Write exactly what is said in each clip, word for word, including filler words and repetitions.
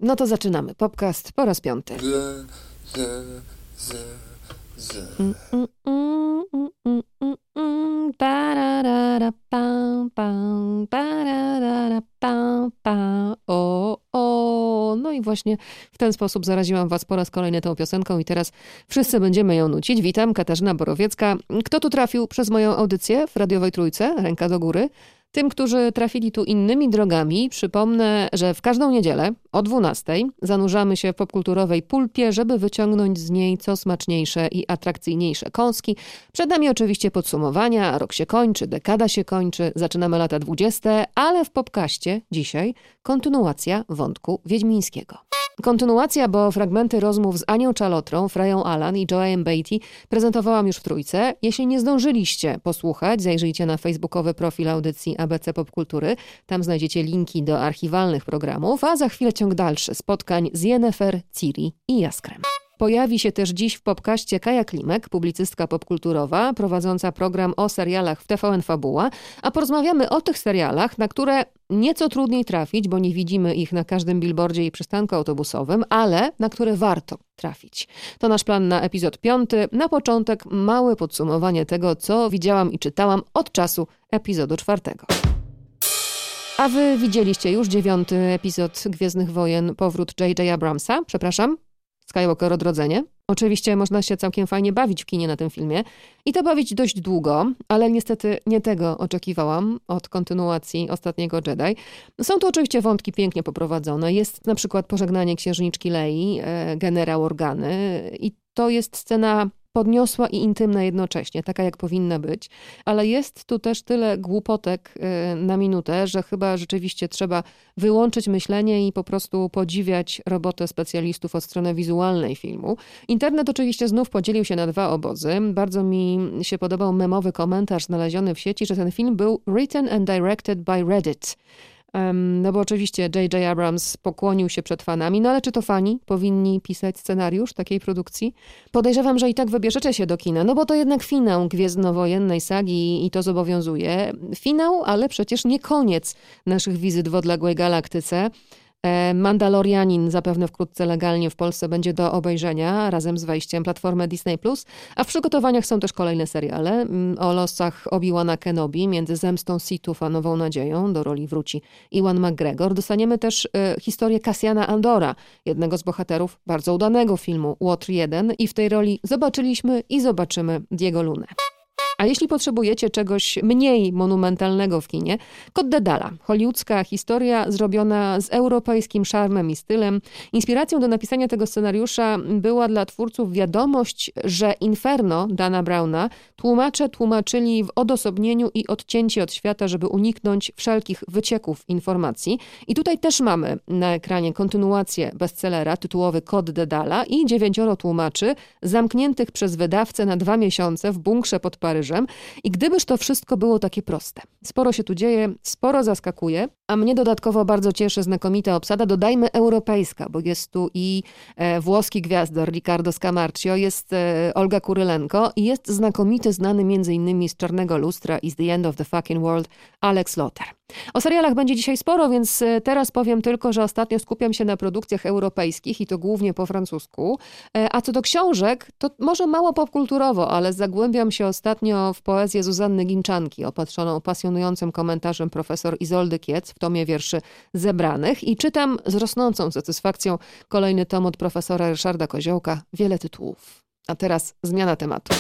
No to zaczynamy. Podcast po raz piąty. Z, z, z, z. Mm, mm, mm, mm, mm, mm, mm. Pararara, pam, pam, pararara, pam, pam. O, o. No i właśnie w ten sposób zaraziłam was po raz kolejny tą piosenką i teraz wszyscy będziemy ją nucić. Witam, Katarzyna Borowiecka. Kto tu trafił przez moją audycję w Radiowej Trójce? Ręka do góry. Tym, którzy trafili tu innymi drogami, przypomnę, że w każdą niedzielę o dwunastej zanurzamy się w popkulturowej pulpie, żeby wyciągnąć z niej co smaczniejsze i atrakcyjniejsze kąski. Przed nami oczywiście podsumowania, rok się kończy, dekada się kończy, zaczynamy lata dwudzieste, ale w popkaście dzisiaj kontynuacja wątku wiedźmińskiego. Kontynuacja, bo fragmenty rozmów z Anią Czalotrą, Freją Allan i Joanne Beatty prezentowałam już w Trójce. Jeśli nie zdążyliście posłuchać, zajrzyjcie na facebookowy profil audycji A B C Popkultury. Tam znajdziecie linki do archiwalnych programów, a za chwilę ciąg dalszy spotkań z Yennefer, Ciri i Jaskrem. Pojawi się też dziś w popkaście Kaja Klimek, publicystka popkulturowa, prowadząca program o serialach w T V N Fabuła, a porozmawiamy o tych serialach, na które nieco trudniej trafić, bo nie widzimy ich na każdym billboardzie i przystanku autobusowym, ale na które warto trafić. To nasz plan na epizod piąty. Na początek małe podsumowanie tego, co widziałam i czytałam od czasu epizodu czwartego. A wy widzieliście już dziewiąty epizod Gwiezdnych Wojen, powrót J J Abramsa, przepraszam, Skywalker Odrodzenie. Oczywiście można się całkiem fajnie bawić w kinie na tym filmie i to bawić dość długo, ale niestety nie tego oczekiwałam od kontynuacji Ostatniego Jedi. Są tu oczywiście wątki pięknie poprowadzone. Jest na przykład pożegnanie księżniczki Lei, e, generał Organy i to jest scena podniosła i intymna jednocześnie, taka jak powinna być, ale jest tu też tyle głupotek na minutę, że chyba rzeczywiście trzeba wyłączyć myślenie i po prostu podziwiać robotę specjalistów od strony wizualnej filmu. Internet oczywiście znów podzielił się na dwa obozy. Bardzo mi się podobał memowy komentarz znaleziony w sieci, że ten film był written and directed by Reddit. Um, no bo oczywiście J J Abrams pokłonił się przed fanami, no ale czy to fani powinni pisać scenariusz takiej produkcji? Podejrzewam, że i tak wybierzecie się do kina, no bo to jednak finał gwiezdnowojennej sagi i to zobowiązuje. Finał, ale przecież nie koniec naszych wizyt w odległej galaktyce. Mandalorianin zapewne wkrótce legalnie w Polsce będzie do obejrzenia razem z wejściem platformy Disney plus, a w przygotowaniach są też kolejne seriale o losach Obi-Wana Kenobi, między zemstą Sithów a nową nadzieją. Do roli wróci Ewan McGregor. Dostaniemy też e, historię Cassiana Andora, jednego z bohaterów bardzo udanego filmu Łotr jeden i w tej roli zobaczyliśmy i zobaczymy Diego Lunę. A jeśli potrzebujecie czegoś mniej monumentalnego w kinie, Kod Dedala. Hollywoodzka historia zrobiona z europejskim szarmem i stylem. Inspiracją do napisania tego scenariusza była dla twórców wiadomość, że Inferno Dana Browna tłumacze tłumaczyli w odosobnieniu i odcięci od świata, żeby uniknąć wszelkich wycieków informacji. I tutaj też mamy na ekranie kontynuację bestsellera, tytułowy Kod Dedala i dziewięcioro tłumaczy zamkniętych przez wydawcę na dwa miesiące w bunkrze pod Paryżem. I gdybyż to wszystko było takie proste. Sporo się tu dzieje, sporo zaskakuje, a mnie dodatkowo bardzo cieszy znakomita obsada, dodajmy europejska, bo jest tu i e, włoski gwiazdor Riccardo Scamarcio, jest e, Olga Kurylenko i jest znakomity, znany między innymi z Czarnego Lustra i z The End of the Fucking World Alex Lothar. O serialach będzie dzisiaj sporo, więc teraz powiem tylko, że ostatnio skupiam się na produkcjach europejskich i to głównie po francusku. A co do książek, to może mało popkulturowo, ale zagłębiam się ostatnio w poezję Zuzanny Ginczanki, opatrzoną pasjonującym komentarzem profesor Izoldy Kiec w tomie wierszy zebranych i czytam z rosnącą satysfakcją kolejny tom od profesora Ryszarda Koziołka. Wiele tytułów. A teraz zmiana tematu.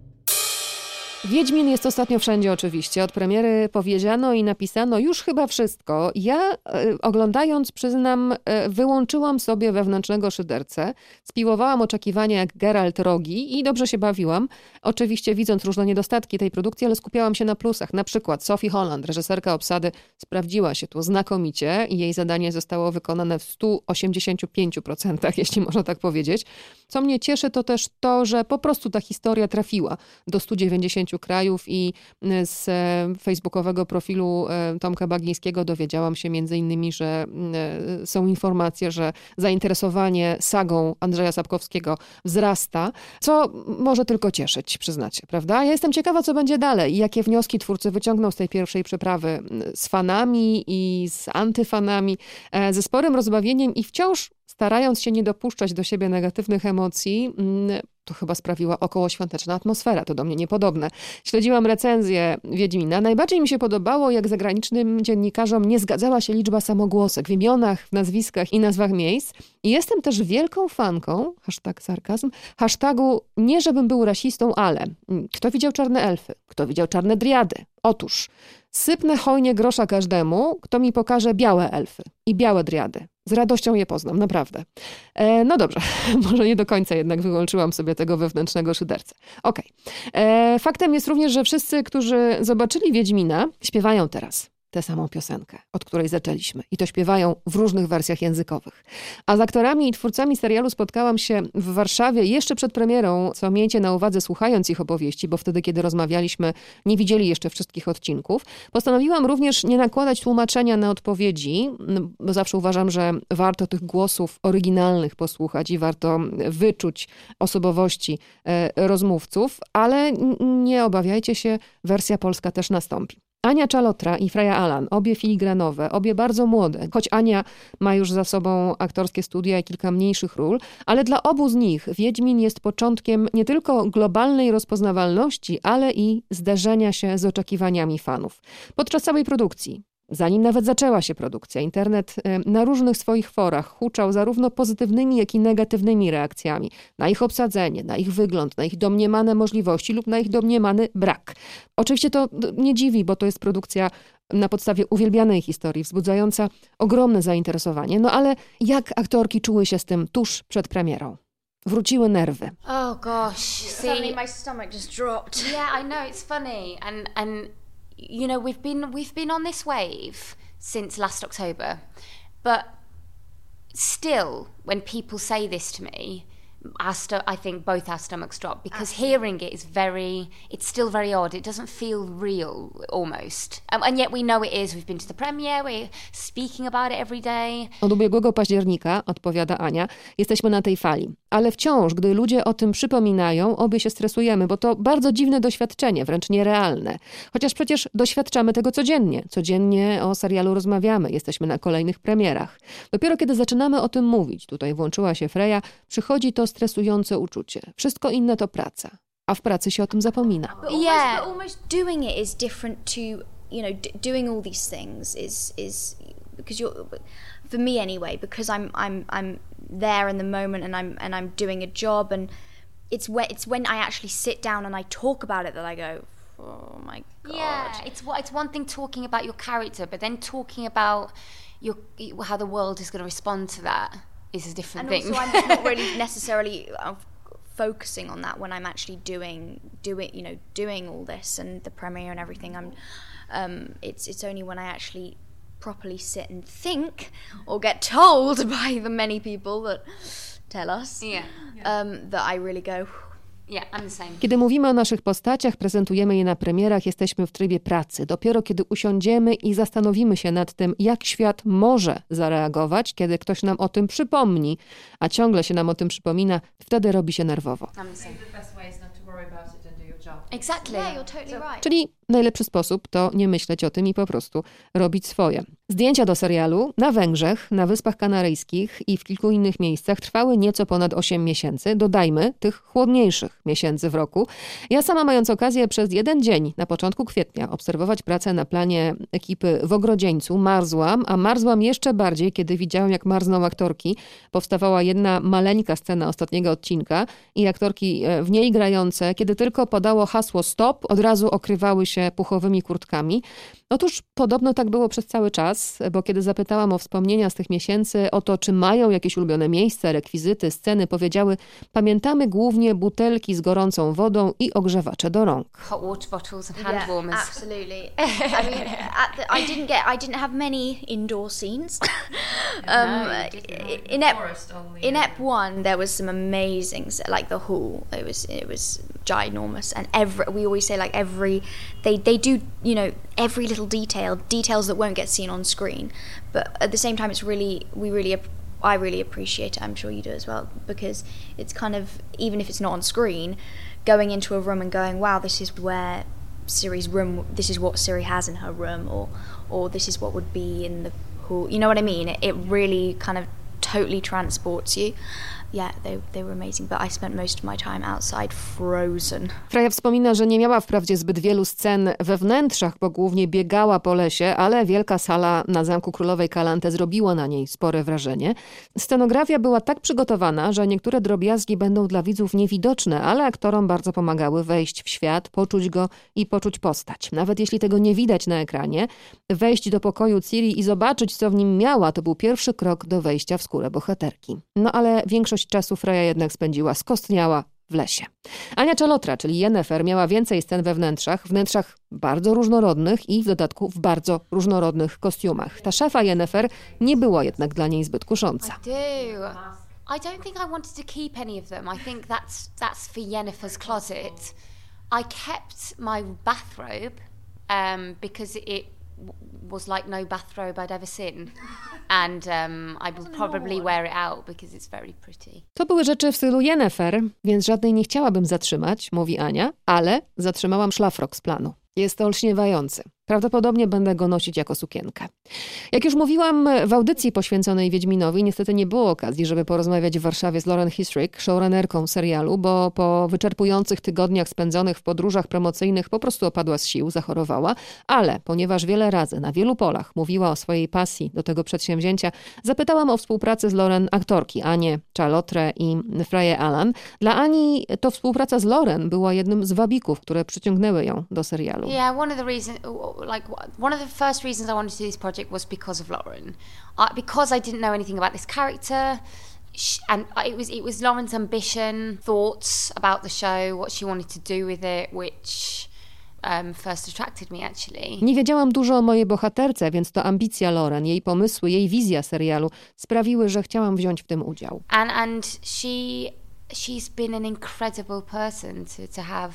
Wiedźmin jest ostatnio wszędzie oczywiście. Od premiery powiedziano i napisano już chyba wszystko. Ja y, oglądając, przyznam, y, wyłączyłam sobie wewnętrznego szydercę. Spiłowałam oczekiwania jak Geralt Rogi i dobrze się bawiłam. Oczywiście widząc różne niedostatki tej produkcji, ale skupiałam się na plusach. Na przykład Sophie Holland, reżyserka obsady, sprawdziła się tu znakomicie i jej zadanie zostało wykonane w stu osiemdziesięciu pięciu procentach, jeśli można tak powiedzieć. Co mnie cieszy, to też to, że po prostu ta historia trafiła do stu dziewięćdziesięciu dziesięciu krajów i z facebookowego profilu Tomka Bagińskiego dowiedziałam się między innymi, że są informacje, że zainteresowanie sagą Andrzeja Sapkowskiego wzrasta, co może tylko cieszyć, przyznacie, prawda? Ja jestem ciekawa, co będzie dalej i jakie wnioski twórcy wyciągną z tej pierwszej przeprawy z fanami i z antyfanami, ze sporym rozbawieniem i wciąż starając się nie dopuszczać do siebie negatywnych emocji. To chyba sprawiła okołoświąteczna atmosfera, to do mnie niepodobne. Śledziłam recenzję Wiedźmina. Najbardziej mi się podobało, jak zagranicznym dziennikarzom nie zgadzała się liczba samogłosek w imionach, w nazwiskach i nazwach miejsc. I jestem też wielką fanką, hashtag sarkazm, hashtagu nie żebym był rasistą, ale kto widział czarne elfy? Kto widział czarne driady? Otóż sypnę hojnie grosza każdemu, kto mi pokaże białe elfy i białe driady. Z radością je poznam, naprawdę. E, no dobrze, może nie do końca jednak wyłączyłam sobie tego wewnętrznego szydercę. Okej. Okay. Faktem jest również, że wszyscy, którzy zobaczyli Wiedźmina, śpiewają teraz tę samą piosenkę, od której zaczęliśmy. I to śpiewają w różnych wersjach językowych. A z aktorami i twórcami serialu spotkałam się w Warszawie jeszcze przed premierą, co miejcie na uwadze słuchając ich opowieści, bo wtedy, kiedy rozmawialiśmy, nie widzieli jeszcze wszystkich odcinków. Postanowiłam również nie nakładać tłumaczenia na odpowiedzi, bo zawsze uważam, że warto tych głosów oryginalnych posłuchać i warto wyczuć osobowości rozmówców, ale nie obawiajcie się, wersja polska też nastąpi. Ania Czalotra i Freya Allan, obie filigranowe, obie bardzo młode, choć Ania ma już za sobą aktorskie studia i kilka mniejszych ról, ale dla obu z nich Wiedźmin jest początkiem nie tylko globalnej rozpoznawalności, ale i zderzenia się z oczekiwaniami fanów. Podczas całej produkcji, zanim nawet zaczęła się produkcja, internet na różnych swoich forach huczał zarówno pozytywnymi, jak i negatywnymi reakcjami na ich obsadzenie, na ich wygląd, na ich domniemane możliwości lub na ich domniemany brak. Oczywiście to nie dziwi, bo to jest produkcja na podstawie uwielbianej historii, wzbudzająca ogromne zainteresowanie. No ale jak aktorki czuły się z tym tuż przed premierą? Wróciły nerwy. Oh gosh, see, Suddenly my stomach just dropped. yeah, I know, it's funny, and and you know, we've been we've been on this wave since last October, but still, when people say this to me, our sto- I think both our stomachs drop because Absolutely. Hearing it is very, it's still very odd. It doesn't feel real, almost. Um, and yet we know it is. We've been to the premiere, we're speaking about it every day. Od ubiegłego października, odpowiada Ania, jesteśmy na tej fali. Ale wciąż, gdy ludzie o tym przypominają, obie się stresujemy, bo to bardzo dziwne doświadczenie, wręcz nierealne. Chociaż przecież doświadczamy tego codziennie. Codziennie o serialu rozmawiamy, jesteśmy na kolejnych premierach. Dopiero kiedy zaczynamy o tym mówić, tutaj włączyła się Freya, przychodzi to stresujące uczucie. Wszystko inne to praca. A w pracy się o tym zapomina. But almost, yeah. but almost doing it is different to, you know, d- doing all these things is is because you're, for me anyway, because I'm I'm I'm there in the moment and I'm and I'm doing a job, and it's when it's when I actually sit down and I talk about it that I go, oh my god. Yeah, it's what it's one thing talking about your character, but then talking about your how the world is going to respond to that is a different and thing. Also, I'm just not really necessarily uh, focusing on that when I'm actually doing doing you know doing all this and the premiere and everything. I'm um, it's it's only when I actually properly sit and think or get told by the many people that tell us yeah. um, that I really go. Yeah, I'm the same. Kiedy mówimy o naszych postaciach, prezentujemy je na premierach, jesteśmy w trybie pracy. Dopiero kiedy usiądziemy i zastanowimy się nad tym, jak świat może zareagować, kiedy ktoś nam o tym przypomni, a ciągle się nam o tym przypomina, wtedy robi się nerwowo. I'm the same. Exactly. Yeah, you're totally right. Czyli najlepszy sposób to nie myśleć o tym i po prostu robić swoje. Zdjęcia do serialu na Węgrzech, na Wyspach Kanaryjskich i w kilku innych miejscach trwały nieco ponad osiem miesięcy. Dodajmy tych chłodniejszych miesięcy w roku. Ja sama, mając okazję przez jeden dzień na początku kwietnia obserwować pracę na planie ekipy w Ogrodzieńcu, marzłam, a marzłam jeszcze bardziej, kiedy widziałam, jak marzną aktorki. Powstawała jedna maleńka scena ostatniego odcinka i aktorki w niej grające, kiedy tylko podało hasło stop, od razu okrywały się się puchowymi kurtkami. Otóż podobno tak było przez cały czas, bo kiedy zapytałam o wspomnienia z tych miesięcy, o to, czy mają jakieś ulubione miejsca, rekwizyty, sceny, powiedziały, pamiętamy głównie butelki z gorącą wodą i ogrzewacze do rąk. Hot water bottles and hand Yeah, warmers. absolutely. I mean, at the, I didn't get, I didn't have many indoor scenes. um, No, you didn't. in Ep, in Ep one, there was some amazing, like the hall. It was, it was ginormous, and every we always say like every, they they do you know every little detail, details that won't get seen on screen, but at the same time, it's really we really. I really appreciate it. I'm sure you do as well, because it's kind of, even if it's not on screen, going into a room and going, wow, this is where Ciri's room, this is what Ciri has in her room, or or this is what would be in the hall. You know what I mean? It, it really kind of totally transports you. Yeah, they, they were amazing, but I spent most of my time outside frozen. Freya wspomina, że nie miała wprawdzie zbyt wielu scen we wnętrzach, bo głównie biegała po lesie, ale wielka sala na Zamku Królowej Kalanthe zrobiła na niej spore wrażenie. Scenografia była tak przygotowana, że niektóre drobiazgi będą dla widzów niewidoczne, ale aktorom bardzo pomagały wejść w świat, poczuć go i poczuć postać. Nawet jeśli tego nie widać na ekranie, wejść do pokoju Ciri i zobaczyć, co w nim miała, to był pierwszy krok do wejścia w skórę bohaterki. No ale większość czasu Freya jednak spędziła skostniała w lesie. Ania Chalotra, czyli Yennefer, miała więcej scen we wnętrzach, wnętrzach bardzo różnorodnych i w dodatku w bardzo różnorodnych kostiumach. Ta szafa Yennefer nie była jednak dla niej zbyt kusząca. I do. I don't think I wanted to keep any of them. I think that's that's for Yennefer's closet. I kept my bathrobe um, because it was like no bathrobe I'd ever seen. And um, I will probably wear it out because it's very pretty. To były rzeczy w stylu Yennefer, więc żadnej nie chciałabym zatrzymać, mówi Ania, ale zatrzymałam szlafrok z planu. Jest to olśniewający. Prawdopodobnie będę go nosić jako sukienkę. Jak już mówiłam w audycji poświęconej Wiedźminowi, niestety nie było okazji, żeby porozmawiać w Warszawie z Lauren Hissrich, showrunnerką serialu, bo po wyczerpujących tygodniach spędzonych w podróżach promocyjnych po prostu opadła z sił, zachorowała, ale ponieważ wiele razy na wielu polach mówiła o swojej pasji do tego przedsięwzięcia, zapytałam o współpracę z Lauren aktorki Anię Chalotrę i Freję Allan. Dla Ani to współpraca z Lauren była jednym z wabików, które przyciągnęły ją do serialu. Yeah, one of the reasons, like one of the first reasons I wanted to do this project was because of Lauren, I, because I didn't know anything about this character, she, and it was it was Lauren's ambition, thoughts about the show, what she wanted to do with it, which um, first attracted me actually. Nie wiedziałam dużo o mojej bohaterce, więc to ambicja Lauren, jej pomysły, jej wizja serialu sprawiły, że chciałam wziąć w tym udział. And and she she's been an incredible person to to have.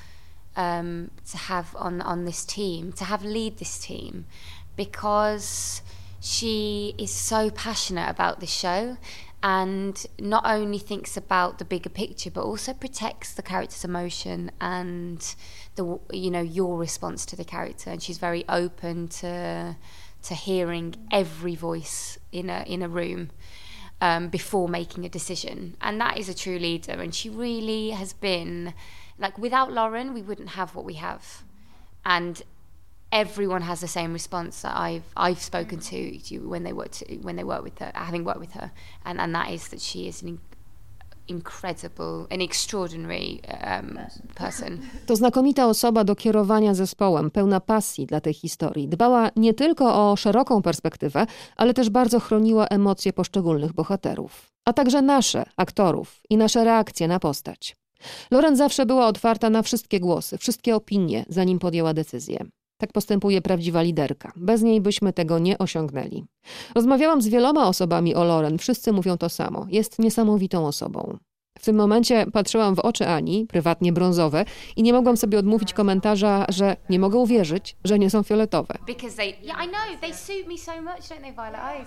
Um, to have on, on this team, to have lead this team, because she is so passionate about this show and not only thinks about the bigger picture but also protects the character's emotion and the you know your response to the character, and she's very open to to hearing every voice in a in a room um, before making a decision, and that is a true leader, and she really has been. Like, without Lauren, we wouldn't have what we have. And everyone has the same response that I've I've spoken to, to when they work to, when they work with her, having worked with her, and and that is that she is an in, incredible, an extraordinary um, person. To znakomita osoba do kierowania zespołem, pełna pasji dla tej historii. Dbała nie tylko o szeroką perspektywę, ale też bardzo chroniła emocje poszczególnych bohaterów, a także nasze, aktorów, i nasze reakcje na postać. Lauren zawsze była otwarta na wszystkie głosy, wszystkie opinie, zanim podjęła decyzję. Tak postępuje prawdziwa liderka. Bez niej byśmy tego nie osiągnęli. Rozmawiałam z wieloma osobami o Lauren. Wszyscy mówią to samo. Jest niesamowitą osobą. W tym momencie patrzyłam w oczy Ani, prywatnie brązowe, i nie mogłam sobie odmówić komentarza, że nie mogę uwierzyć, że nie są fioletowe. Because they, yeah, I know, they suit me so much, don't they, violet eyes?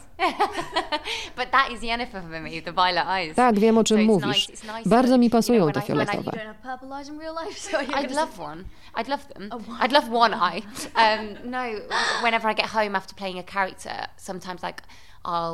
But that is Yennefer for me, the violet eyes. Tak, wiem, o czym so mówisz. Nice, nice Bardzo mi pasują you know, te fioletowe. I'd love one. I'd love them. I'd love one eye. Um, no, whenever I get home after playing a character, sometimes like I'll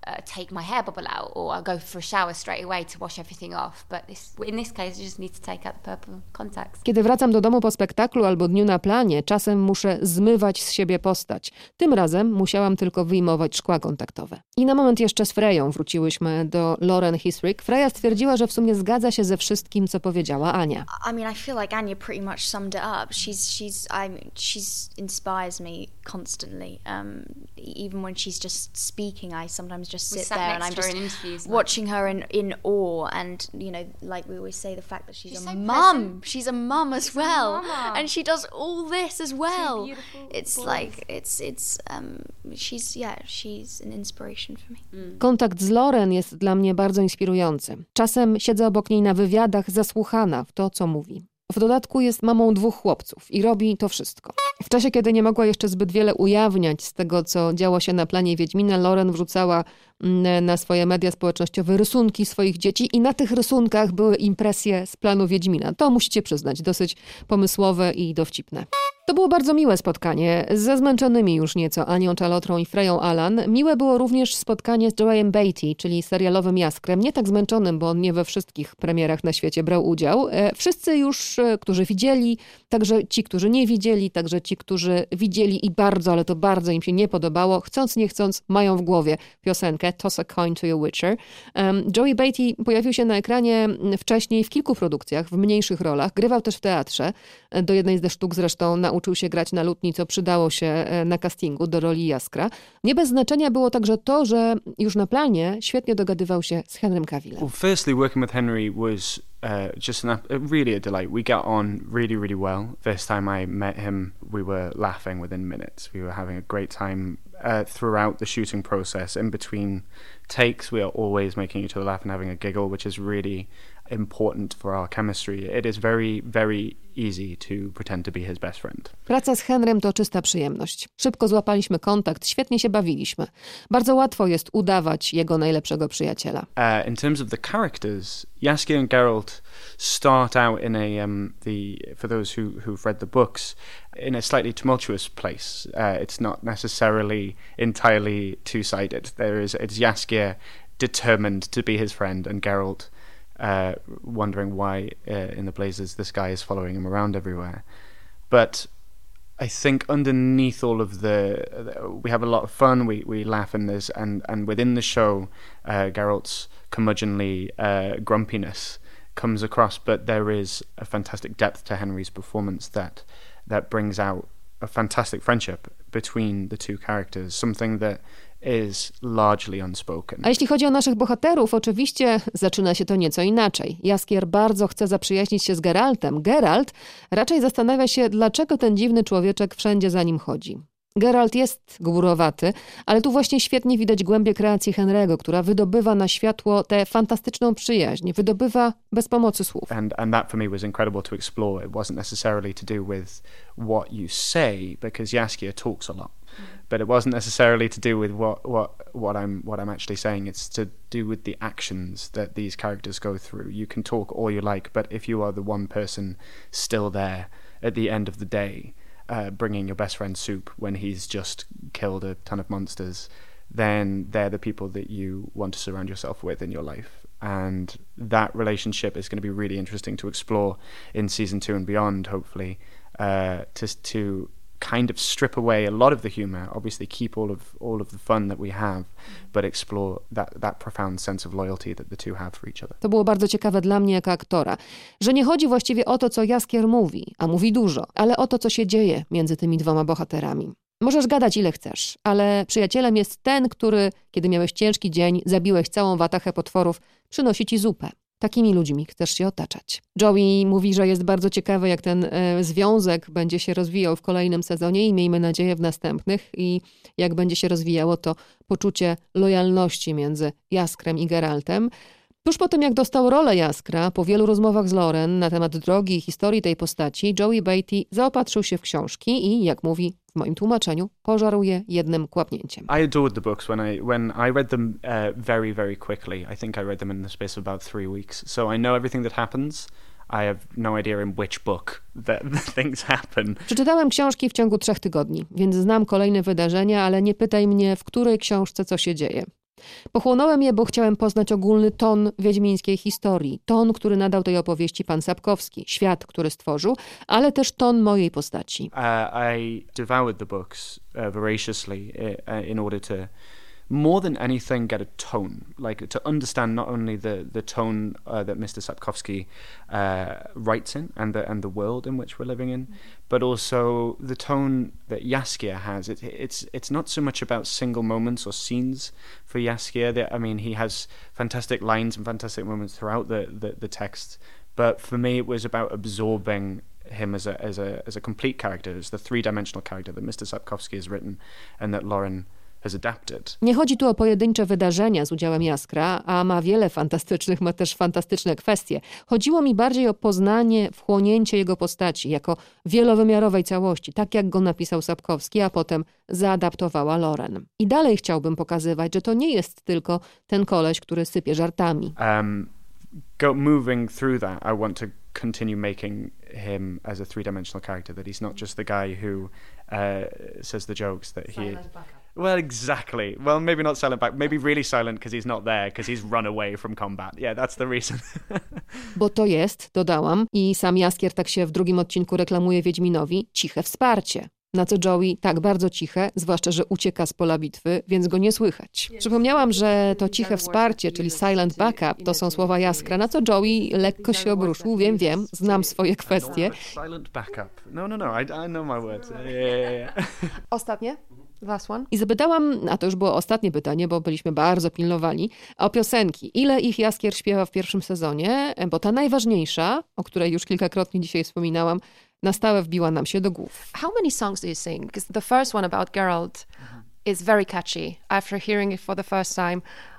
uh, take my hair bubble out, or I'll go for a shower straight away to wash everything off. But this, in this case, I just need to take out the purple contacts. Kiedy wracam do domu po spektaklu albo dniu na planie, czasem muszę zmywać z siebie postać. Tym razem musiałam tylko wyjmować szkła kontaktowe. I na moment jeszcze z Freją wróciłyśmy do Lauren Hisrick. Freja stwierdziła, że w sumie zgadza się ze wszystkim, co powiedziała Ania. I mean, I feel like Anya pretty much summed it up. She's she's I mean, she's inspires me constantly. Um, even when she's just speaking, I sometimes just sit there and I'm just watching her in, in awe. And you know, like we always say, the fact that she's, she's a so mum. She's a mum as she's well, and she does all this as well. It's boys. like it's it's um, she's yeah, she's an inspiration for me. Mm. Kontakt z Lauren jest dla mnie bardzo inspirujący. Czasem siedzę obok niej na wywiadach, zasłuchana w to, co mówi. W dodatku jest mamą dwóch chłopców i robi to wszystko. W czasie, kiedy nie mogła jeszcze zbyt wiele ujawniać z tego, co działo się na planie Wiedźmina, Lauren wrzucała na swoje media społecznościowe rysunki swoich dzieci i na tych rysunkach były impresje z planu Wiedźmina. To musicie przyznać, dosyć pomysłowe i dowcipne. To było bardzo miłe spotkanie ze zmęczonymi już nieco Anią Chalotrą i Freją Allan. Miłe było również spotkanie z Joeyem Beatty, czyli serialowym Jaskrem. Nie tak zmęczonym, bo on nie we wszystkich premierach na świecie brał udział. Wszyscy już, którzy widzieli, także ci, którzy nie widzieli, także ci, którzy widzieli i bardzo, ale to bardzo im się nie podobało, chcąc nie chcąc, mają w głowie piosenkę Toss a Coin to Your Witcher. Um, Joey Beatty pojawił się na ekranie wcześniej w kilku produkcjach, w mniejszych rolach. Grywał też w teatrze. Do jednej ze sztuk zresztą nauczył się grać na lutni, co przydało się na castingu do roli Jaskra. Nie bez znaczenia było także to, że już na planie świetnie dogadywał się z Henrym Cavillem. Well, firstly, working with Henry was uh, just an, really a delight. We got on really, really well. First time I met him, we were laughing within minutes. We were having a great time uh, throughout the shooting process. In between takes, we are always making each other laugh and having a giggle, which is really important for our chemistry. It is very, very easy to pretend to be his best friend. Praca z Henrym to czysta przyjemność. Szybko złapaliśmy kontakt, świetnie się bawiliśmy. Bardzo łatwo jest udawać jego najlepszego przyjaciela. Uh, in terms of the characters, Jaskier and Geralt start out in a, um, the, for those who, who've read the books, in a slightly tumultuous place. Uh, it's not necessarily entirely two-sided. There is, it's Jaskier determined to be his friend and Geralt Uh, wondering why uh, in the blazes this guy is following him around everywhere. But I think underneath all of the, uh, we have a lot of fun, we, we laugh in this, and, and within the show, uh, Geralt's curmudgeonly uh, grumpiness comes across, but there is a fantastic depth to Henry's performance that that brings out a fantastic friendship between the two characters, something that is largely unspoken. A jeśli chodzi o naszych bohaterów, oczywiście zaczyna się to nieco inaczej. Jaskier bardzo chce zaprzyjaźnić się z Geraltem. Geralt raczej zastanawia się, dlaczego ten dziwny człowieczek wszędzie za nim chodzi. Geralt jest głurowaty, ale tu właśnie świetnie widać głębię kreacji Henry'ego, która wydobywa na światło tę fantastyczną przyjaźń, wydobywa bez pomocy słów. And, and that for me was incredible to explore. It wasn't necessarily to do with what you say, because Jaskier talks a lot. But it wasn't necessarily to do with what, what, what I'm what I'm actually saying. It's to do with the actions that these characters go through. You can talk all you like, but if you are the one person still there at the end of the day, uh, bringing your best friend soup when he's just killed a ton of monsters, then they're the people that you want to surround yourself with in your life. And that relationship is going to be really interesting to explore in season two and beyond, hopefully, uh, to to kind of strip away a lot of the humor, obviously keep all of all of the fun that we have, but explore that that profound sense of loyalty that the two have for each other. To było bardzo ciekawe dla mnie jako aktora, że nie chodzi właściwie o to, co Jaskier mówi, a mówi dużo, ale o to, co się dzieje między tymi dwoma bohaterami. Możesz gadać ile chcesz, ale przyjacielem jest ten, który, kiedy miałeś ciężki dzień, zabiłeś całą watachę potworów, przynosi ci zupę. Takimi ludźmi chcesz się otaczać. Joey mówi, że jest bardzo ciekawy, jak ten e, związek będzie się rozwijał w kolejnym sezonie i miejmy nadzieję w następnych i jak będzie się rozwijało to poczucie lojalności między Jaskrem i Geraltem. Tuż po tym, jak dostał rolę Jaskra, po wielu rozmowach z Lauren na temat drogi i historii tej postaci, Joey Beatty zaopatrzył się w książki i, jak mówi w moim tłumaczeniu, pożarł je jednym kłapnięciem. I adored the books when I when I read them uh, very, very quickly. I think I read them in the space of about three weeks. So I know everything that happens. I have no idea in which book that the things happen. Przeczytałem książki w ciągu trzech tygodni, więc znam kolejne wydarzenia, ale nie pytaj mnie, w której książce co się dzieje. Pochłonąłem je, bo chciałem poznać ogólny ton wiedźmińskiej historii. Ton, który nadał tej opowieści pan Sapkowski. Świat, który stworzył, ale też ton mojej postaci. Uh, I devoured the books uh, voraciously uh, in order to more than anything get a tone, like to understand not only the the tone uh, that Mister Sapkowski uh, writes in and the and the world in which we're living in, but also the tone that Jaskier has. It, it's it's not so much about single moments or scenes for Jaskier. I mean, he has fantastic lines and fantastic moments throughout the, the, the text, but for me it was about absorbing him as a as a as a complete character, as the three-dimensional character that Mister Sapkowski has written and that Lauren has adapted. Nie chodzi tu o pojedyncze wydarzenia z udziałem Jaskra, a ma wiele fantastycznych, ma też fantastyczne kwestie. Chodziło mi bardziej o poznanie, wchłonięcie jego postaci jako wielowymiarowej całości, tak jak go napisał Sapkowski, a potem zaadaptowała Lauren. I dalej chciałbym pokazywać, że to nie jest tylko ten koleś, który sypie żartami. Um, go, moving through that, I want to continue making him as a three-dimensional character, that he's not just the guy who uh, says the jokes, that he... Well, exactly. Well, maybe not silent back. Maybe really silent because he's not there, because he's run away from combat. Yeah, that's the reason. Bo to jest, dodałam, i sam Jaskier tak się w drugim odcinku reklamuje Wiedźminowi, ciche wsparcie. Na co Joey tak bardzo ciche, zwłaszcza, że ucieka z pola bitwy, więc go nie słychać. Przypomniałam, że to ciche wsparcie, czyli silent backup, to są słowa Jaskra, na co Joey lekko się obruszył. Wiem, wiem, znam swoje kwestie. Silent backup. No, no, no, I, I know my words. Yeah, yeah, yeah. Ostatnie? Last one. I zapytałam, a to już było ostatnie pytanie, bo byliśmy bardzo pilnowani, o piosenki. Ile ich Jaskier śpiewa w pierwszym sezonie? Bo ta najważniejsza, o której już kilkakrotnie dzisiaj wspominałam, na stałe wbiła nam się do głów. How many songs do you sing? Because the first one about Geralt is very catchy. After hearing it for the first time,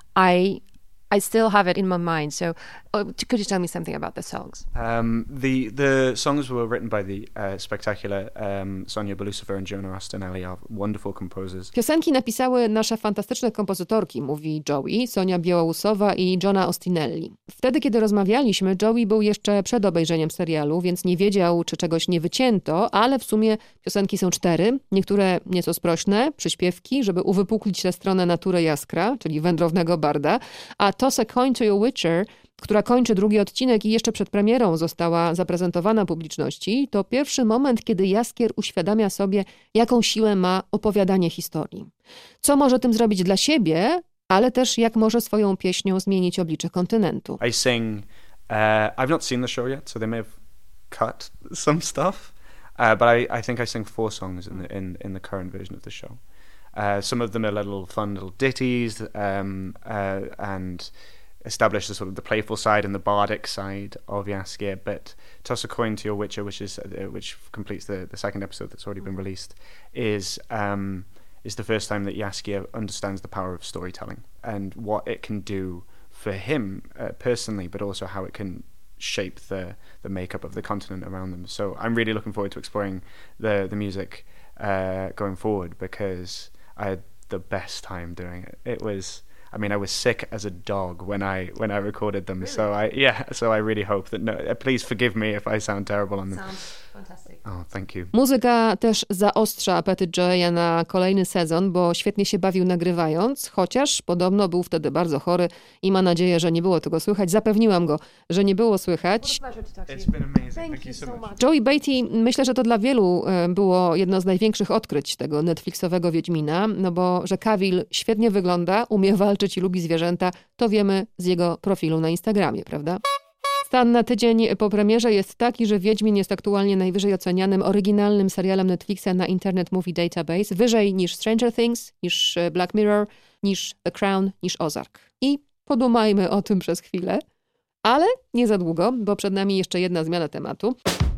I I still have it in my mind. So uh, could you tell me something about the songs? Um, the the songs were written by the uh, spectacular um, Sonia Belusover and Jonah Astonelli, are wonderful composers. Piosenki napisały nasze fantastyczne kompozytorki, mówi Joey, Sonia Białołusowa i Jonah Ostinelli. Wtedy, kiedy rozmawialiśmy, Joey był jeszcze przed obejrzeniem serialu, więc nie wiedział, czy czegoś nie wycięto, ale w sumie piosenki są cztery, niektóre nieco sprośne, przyśpiewki, żeby uwypuklić tę stronę natury Jaskra, czyli wędrownego barda, a Toss a Coin to Your Witcher, która kończy drugi odcinek i jeszcze przed premierą została zaprezentowana publiczności, to pierwszy moment, kiedy Jaskier uświadamia sobie, jaką siłę ma opowiadanie historii. Co może tym zrobić dla siebie, ale też jak może swoją pieśnią zmienić oblicze kontynentu. I sing, uh, I've not seen the show yet, so they may have cut some stuff, uh, but I, I think I sing four songs in the, in, in the current version of the show. Uh, some of them are little fun little ditties um, uh, and establish the sort of the playful side and the bardic side of Jaskier, but Toss a Coin to Your Witcher, which is uh, which completes the, the second episode that's already been released, is um, is the first time that Jaskier understands the power of storytelling and what it can do for him uh, personally, but also how it can shape the the makeup of the continent around them. So I'm really looking forward to exploring the the music uh, going forward, because I had the best time doing it. It was, I mean, I was sick as a dog when I when I recorded them. Really? So I yeah, so I really hope that no. Please forgive me if I sound terrible on them. Sounds fantastic. Oh, thank you. Muzyka też zaostrza apetyt Joeya na kolejny sezon, bo świetnie się bawił nagrywając, chociaż podobno był wtedy bardzo chory i ma nadzieję, że nie było tego słychać. Zapewniłam go, że nie było słychać. It's been amazing. Thank you so much. Joey Batey, myślę, że to dla wielu było jedno z największych odkryć tego Netflixowego Wiedźmina, no bo że Cavill świetnie wygląda, umie walczyć i lubi zwierzęta, to wiemy z jego profilu na Instagramie, prawda? Stan na tydzień po premierze jest taki, że Wiedźmin jest aktualnie najwyżej ocenianym oryginalnym serialem Netflixa na Internet Movie Database, wyżej niż Stranger Things, niż Black Mirror, niż The Crown, niż Ozark. I podumajmy o tym przez chwilę, ale nie za długo, bo przed nami jeszcze jedna zmiana tematu.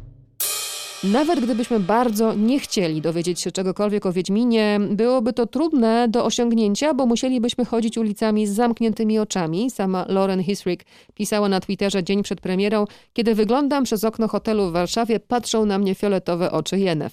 Nawet gdybyśmy bardzo nie chcieli dowiedzieć się czegokolwiek o Wiedźminie, byłoby to trudne do osiągnięcia, bo musielibyśmy chodzić ulicami z zamkniętymi oczami. Sama Lauren Hisrick pisała na Twitterze dzień przed premierą: kiedy wyglądam przez okno hotelu w Warszawie, patrzą na mnie fioletowe oczy Yennefer.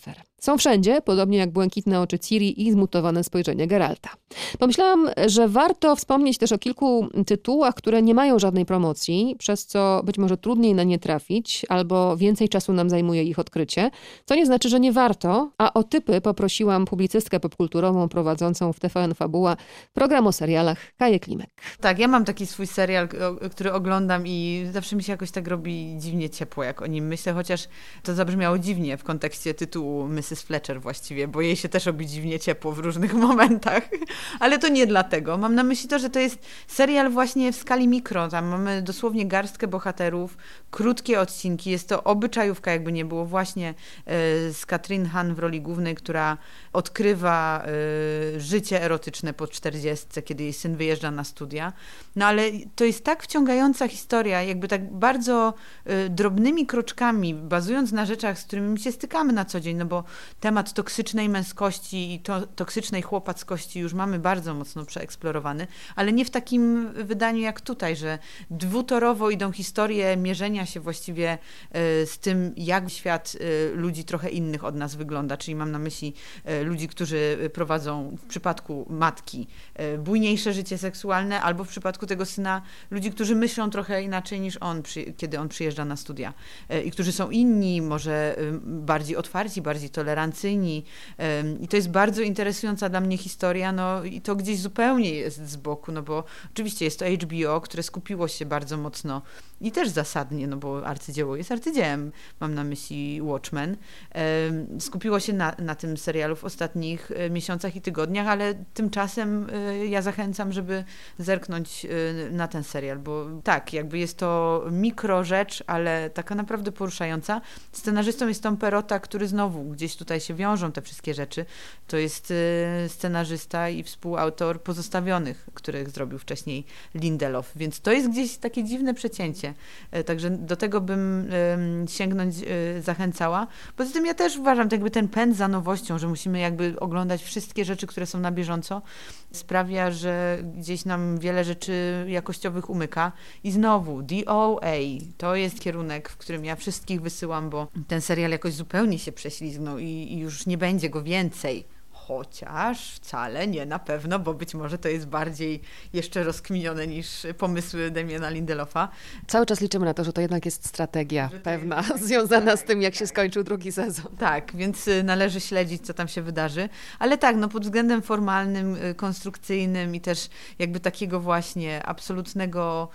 Są wszędzie, podobnie jak błękitne oczy Ciri i zmutowane spojrzenie Geralta. Pomyślałam, że warto wspomnieć też o kilku tytułach, które nie mają żadnej promocji, przez co być może trudniej na nie trafić, albo więcej czasu nam zajmuje ich odkrycie, co nie znaczy, że nie warto, a o typy poprosiłam publicystkę popkulturową prowadzącą w T V N Fabuła program o serialach Kaję Klimek. Tak, ja mam taki swój serial, o, który oglądam i zawsze mi się jakoś tak robi dziwnie ciepło, jak o nim myślę, chociaż to zabrzmiało dziwnie w kontekście tytułu missus Fletcher właściwie, bo jej się też robi dziwnie ciepło w różnych momentach, ale to nie dlatego. Mam na myśli to, że to jest serial właśnie w skali mikro, tam mamy dosłownie garstkę bohaterów, krótkie odcinki, jest to obyczajówka, jakby nie było, właśnie y, z Kathryn Hahn w roli głównej, która odkrywa y, życie erotyczne po czterdziestce, kiedy jej syn wyjeżdża na studia. No ale to jest tak wciągająca historia, jakby tak bardzo y, drobnymi kroczkami, bazując na rzeczach, z którymi się stykamy na co dzień, no bo temat toksycznej męskości i to, toksycznej chłopackości już mamy bardzo mocno przeeksplorowany, ale nie w takim wydaniu jak tutaj, że dwutorowo idą historie mierzenia się właściwie y, z tym, jak świat y, ludzi trochę innych od nas wygląda, czyli mam na myśli y, ludzi, którzy prowadzą w przypadku matki y, bujniejsze życie seksualne, albo w przypadku tego syna ludzi, którzy myślą trochę inaczej niż on, przy, kiedy on przyjeżdża na studia y, i którzy są inni, może y, bardziej otwarci, bardziej tolerancyjni y, i to jest bardzo interesująca dla mnie historia, no i to gdzieś zupełnie jest z boku, no bo oczywiście jest to H B O, które skupiło się bardzo mocno i też zasadnie, no bo arcydzieło jest arcydziełem, mam na myśli Watchmen, y, skupiło się na, na tym serialu w ostatnich y, miesiącach i tygodniach, ale tymczasem y, ja zachęcam, żeby zerknąć y, na ten serial, bo tak, jakby jest to mikro rzecz, ale taka naprawdę poruszająca. Scenarzystą jest Tom Perrotta, który znowu gdzieś tutaj się wiążą te wszystkie rzeczy. To jest y, scenarzysta i współautor Pozostawionych, których zrobił wcześniej Lindelof, więc to jest gdzieś takie dziwne przecięcie. Y, także do tego bym y, sięgnąć y, zachęcała. Poza tym ja też uważam, jakby ten pęd za nowością, że musimy jakby oglądać wszystkie rzeczy, które są na bieżąco, sprawia, że gdzieś nam wiele rzeczy jakościowych umyka. I znowu D O A to jest kierunek, w którym ja wszystkich wysyłam, bo ten serial jakoś zupełnie się prześlizgnął i, i już nie będzie go więcej. Chociaż wcale nie na pewno, bo być może to jest bardziej jeszcze rozkminione niż pomysły Damiana Lindelofa. Cały czas liczymy na to, że to jednak jest strategia pewna, jest... związana z tym, jak się skończył drugi sezon. Tak, więc należy śledzić, co tam się wydarzy. Ale tak, no pod względem formalnym, konstrukcyjnym i też jakby takiego właśnie absolutnego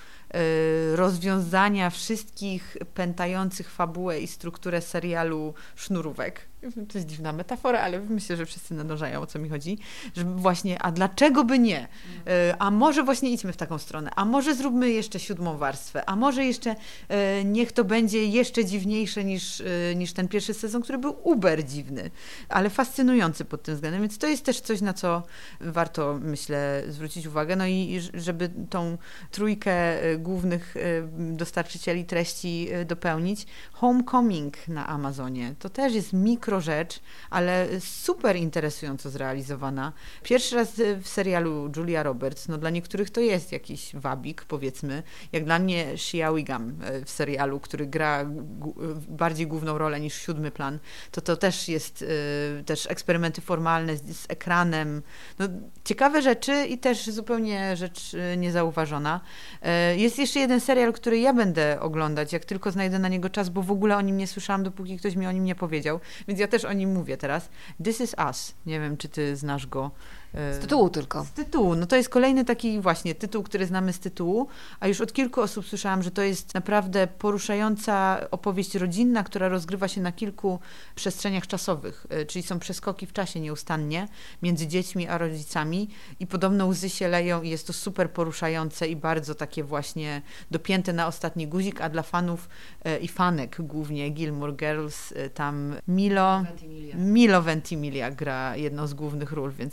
y, rozwiązania wszystkich pętających fabułę i strukturę serialu sznurówek. To jest dziwna metafora, ale myślę, że wszyscy nadążają, o co mi chodzi. Że właśnie, a dlaczego by nie? A może właśnie idźmy w taką stronę, a może zróbmy jeszcze siódmą warstwę, a może jeszcze niech to będzie jeszcze dziwniejsze niż, niż ten pierwszy sezon, który był uber dziwny, ale fascynujący pod tym względem, więc to jest też coś, na co warto, myślę, zwrócić uwagę. No i żeby tą trójkę głównych dostarczycieli treści dopełnić. Homecoming na Amazonie. To też jest mikro rzecz, ale super interesująco zrealizowana. Pierwszy raz w serialu Julia Roberts, no dla niektórych to jest jakiś wabik, powiedzmy, jak dla mnie Shea Wiggum w serialu, który gra g- bardziej główną rolę niż Siódmy Plan, to to też jest y, też eksperymenty formalne z, z ekranem. No, ciekawe rzeczy i też zupełnie rzecz y, niezauważona. Y, jest jeszcze jeden serial, który ja będę oglądać, jak tylko znajdę na niego czas, bo w ogóle o nim nie słyszałam, dopóki ktoś mi o nim nie powiedział. Więc ja też o nim mówię teraz. This is Us. Nie wiem, czy ty znasz go. Z tytułu tylko. Z tytułu. No to jest kolejny taki właśnie tytuł, który znamy z tytułu, a już od kilku osób słyszałam, że to jest naprawdę poruszająca opowieść rodzinna, która rozgrywa się na kilku przestrzeniach czasowych, czyli są przeskoki w czasie nieustannie między dziećmi a rodzicami i podobno łzy się leją i jest to super poruszające i bardzo takie właśnie dopięte na ostatni guzik, a dla fanów i fanek głównie Gilmore Girls, tam Milo Ventimiglia. Milo Ventimiglia gra jedną z głównych ról, więc tak,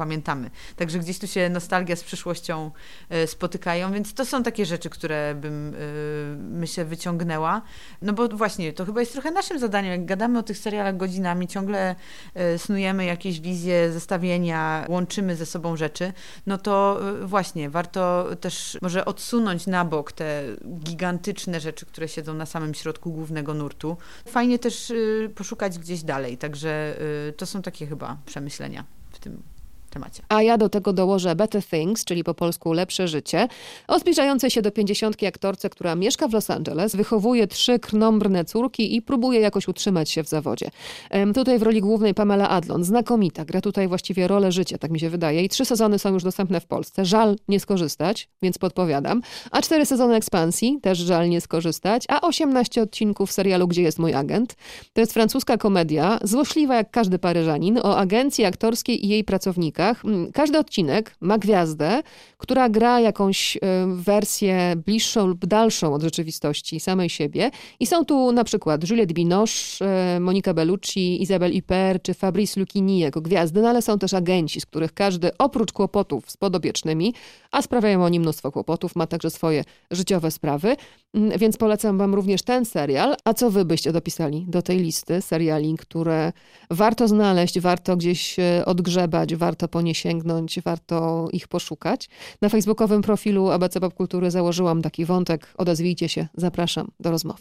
pamiętamy. Także gdzieś tu się nostalgia z przyszłością y, spotykają, więc to są takie rzeczy, które bym y, myślę wyciągnęła. No bo właśnie, to chyba jest trochę naszym zadaniem, jak gadamy o tych serialach godzinami, ciągle y, snujemy jakieś wizje, zestawienia, łączymy ze sobą rzeczy, no to y, właśnie, warto też może odsunąć na bok te gigantyczne rzeczy, które siedzą na samym środku głównego nurtu. Fajnie też y, poszukać gdzieś dalej, także y, to są takie chyba przemyślenia w tym temacie. A ja do tego dołożę Better Things, czyli po polsku Lepsze życie, o zbliżającej się do pięćdziesiątki aktorce, która mieszka w Los Angeles, wychowuje trzy krnąbrne córki i próbuje jakoś utrzymać się w zawodzie. Ehm, tutaj w roli głównej Pamela Adlon, znakomita, gra tutaj właściwie rolę życia, tak mi się wydaje. I trzy sezony są już dostępne w Polsce. Żal nie skorzystać, więc podpowiadam. A cztery sezony ekspansji, też żal nie skorzystać. A osiemnaście odcinków serialu Gdzie jest mój agent? To jest francuska komedia, złośliwa jak każdy Paryżanin, o agencji aktorskiej i jej pracownikach. Każdy odcinek ma gwiazdę, która gra jakąś wersję bliższą lub dalszą od rzeczywistości samej siebie. I są tu na przykład Juliette Binoche, Monica Bellucci, Isabelle Huppert czy Fabrice Lucchini jako gwiazdy, no ale są też agenci, z których każdy oprócz kłopotów z podopiecznymi, a sprawiają oni mnóstwo kłopotów, ma także swoje życiowe sprawy. Więc polecam wam również ten serial. A co wy byście dopisali do tej listy seriali, które warto znaleźć, warto gdzieś odgrzebać, warto po nie sięgnąć, warto ich poszukać. Na facebookowym profilu A B C Popkultury założyłam taki wątek. Odezwijcie się, zapraszam do rozmowy.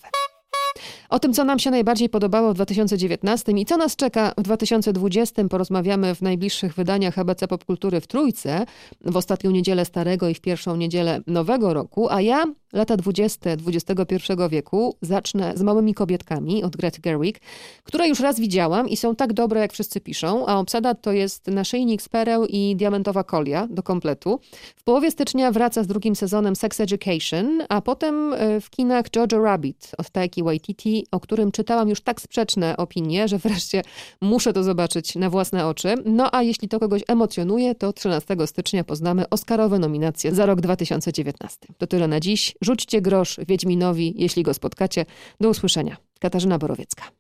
O tym, co nam się najbardziej podobało w dwa tysiące dziewiętnastym i co nas czeka w dwa tysiące dwudziestym, porozmawiamy w najbliższych wydaniach A B C Popkultury w Trójce, w ostatnią niedzielę Starego i w pierwszą niedzielę Nowego Roku, a ja lata dwudzieste dwudziestego pierwszego wieku zacznę z Małymi kobietkami od Grety Gerwig, które już raz widziałam i są tak dobre, jak wszyscy piszą, a obsada to jest Naszyjnik z pereł i Diamentowa kolia do kompletu. W połowie stycznia wraca z drugim sezonem Sex Education, a potem w kinach Jojo Rabbit od Taiki Waititi, o którym czytałam już tak sprzeczne opinie, że wreszcie muszę to zobaczyć na własne oczy. No a jeśli to kogoś emocjonuje, to trzynastego stycznia poznamy Oscarowe nominacje za rok dwa tysiące dziewiętnasty. To tyle na dziś. Rzućcie grosz Wiedźminowi, jeśli go spotkacie. Do usłyszenia. Katarzyna Borowiecka.